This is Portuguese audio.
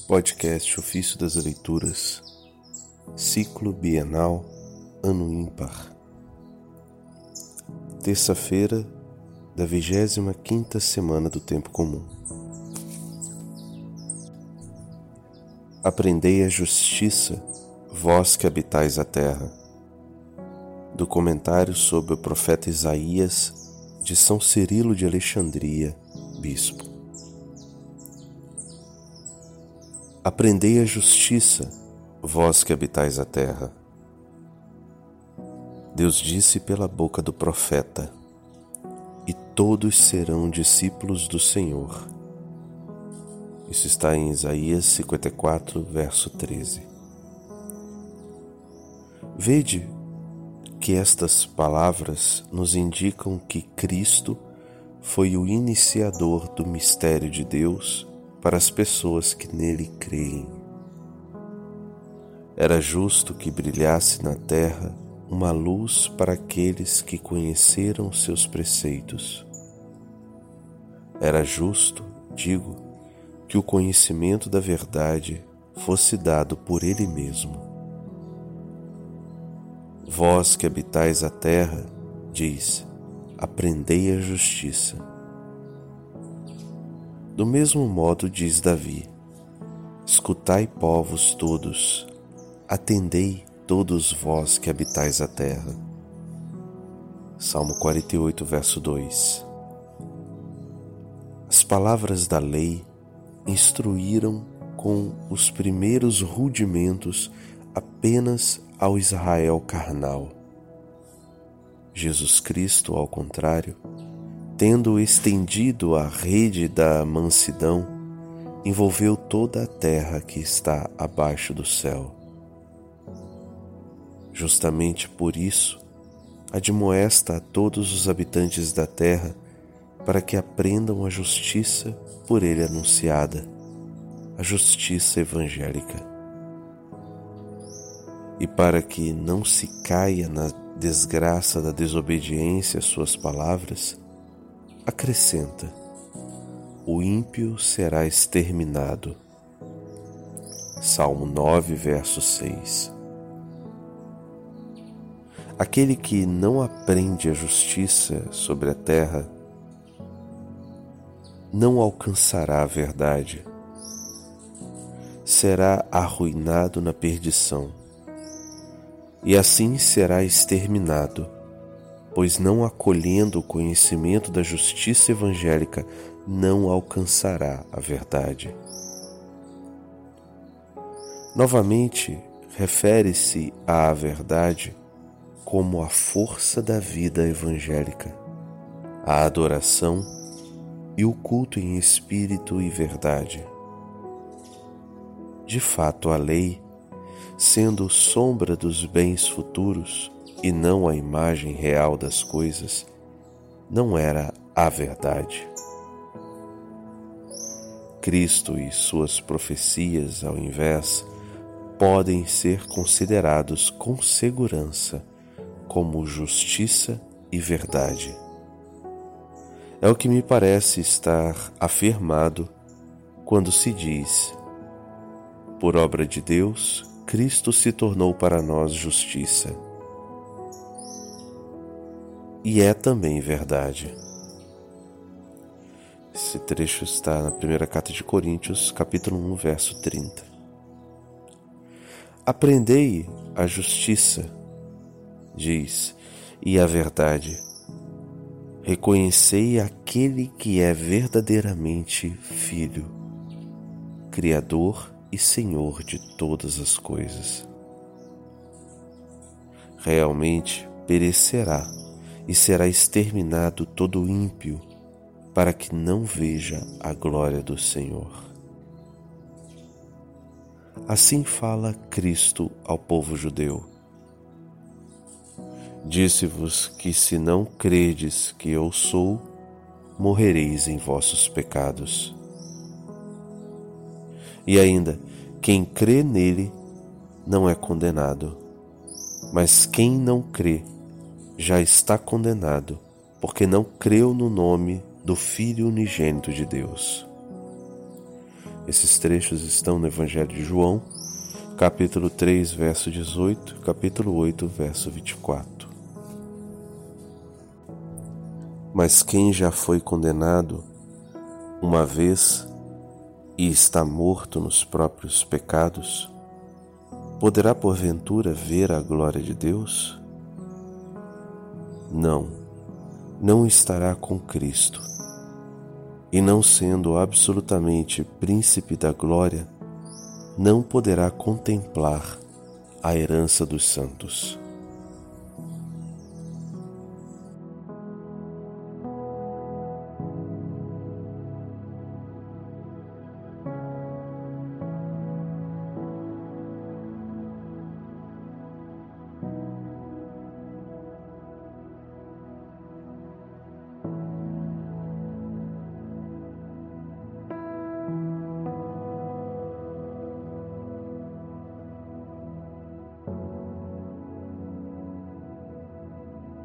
Podcast Ofício das Leituras, Ciclo Bienal, Ano Ímpar. Terça-feira da 25ª semana do Tempo Comum. Aprendei a justiça, vós que habitais a terra. Do comentário sobre o profeta Isaías, de São Cirilo de Alexandria, Bispo. Aprendei a justiça, vós que habitais a terra. Deus disse pela boca do profeta: e todos serão discípulos do Senhor. Isso está em Isaías 54, verso 13. Vede que estas palavras nos indicam que Cristo foi o iniciador do mistério de Deus para as pessoas que nele creem. Era justo que brilhasse na terra uma luz para aqueles que conheceram seus preceitos. Era justo, digo, que o conhecimento da verdade fosse dado por ele mesmo. Vós que habitais a terra, diz, aprendei a justiça. Do mesmo modo diz Davi: escutai, povos todos, atendei todos vós que habitais a terra. Salmo 48, verso 2. As palavras da lei instruíram com os primeiros rudimentos apenas ao Israel carnal. Jesus Cristo, ao contrário, tendo estendido a rede da mansidão, envolveu toda a terra que está abaixo do céu. Justamente por isso, admoesta a todos os habitantes da terra para que aprendam a justiça por ele anunciada, a justiça evangélica. E para que não se caia na desgraça da desobediência às suas palavras, acrescenta: o ímpio será exterminado. Salmo 9, verso 6. Aquele que não aprende a justiça sobre a terra não alcançará a verdade. Será arruinado na perdição, e assim será exterminado, pois não acolhendo o conhecimento da justiça evangélica, não alcançará a verdade. Novamente, refere-se à verdade como a força da vida evangélica, a adoração e o culto em espírito e verdade. De fato, a lei, sendo sombra dos bens futuros e não a imagem real das coisas, não era a verdade. Cristo e suas profecias, ao invés, podem ser considerados com segurança como justiça e verdade. É o que me parece estar afirmado quando se diz: por obra de Deus, Cristo se tornou para nós justiça. E é também verdade. Esse trecho está na primeira carta de Coríntios, capítulo 1, verso 30. Aprendei a justiça, diz, e a verdade. Reconhecei aquele que é verdadeiramente Filho, Criador e Senhor de todas as coisas. Realmente perecerá e será exterminado todo o ímpio, para que não veja a glória do Senhor. Assim fala Cristo ao povo judeu: disse-vos que se não credes que eu sou, morrereis em vossos pecados. E ainda, quem crê nele não é condenado, mas quem não crê já está condenado, porque não creu no nome do Filho unigênito de Deus. Esses trechos estão no Evangelho de João, capítulo 3, verso 18, capítulo 8, verso 24. Mas quem já foi condenado uma vez e está morto nos próprios pecados, poderá porventura ver a glória de Deus? Não estará com Cristo, e não sendo absolutamente príncipe da glória, não poderá contemplar a herança dos santos.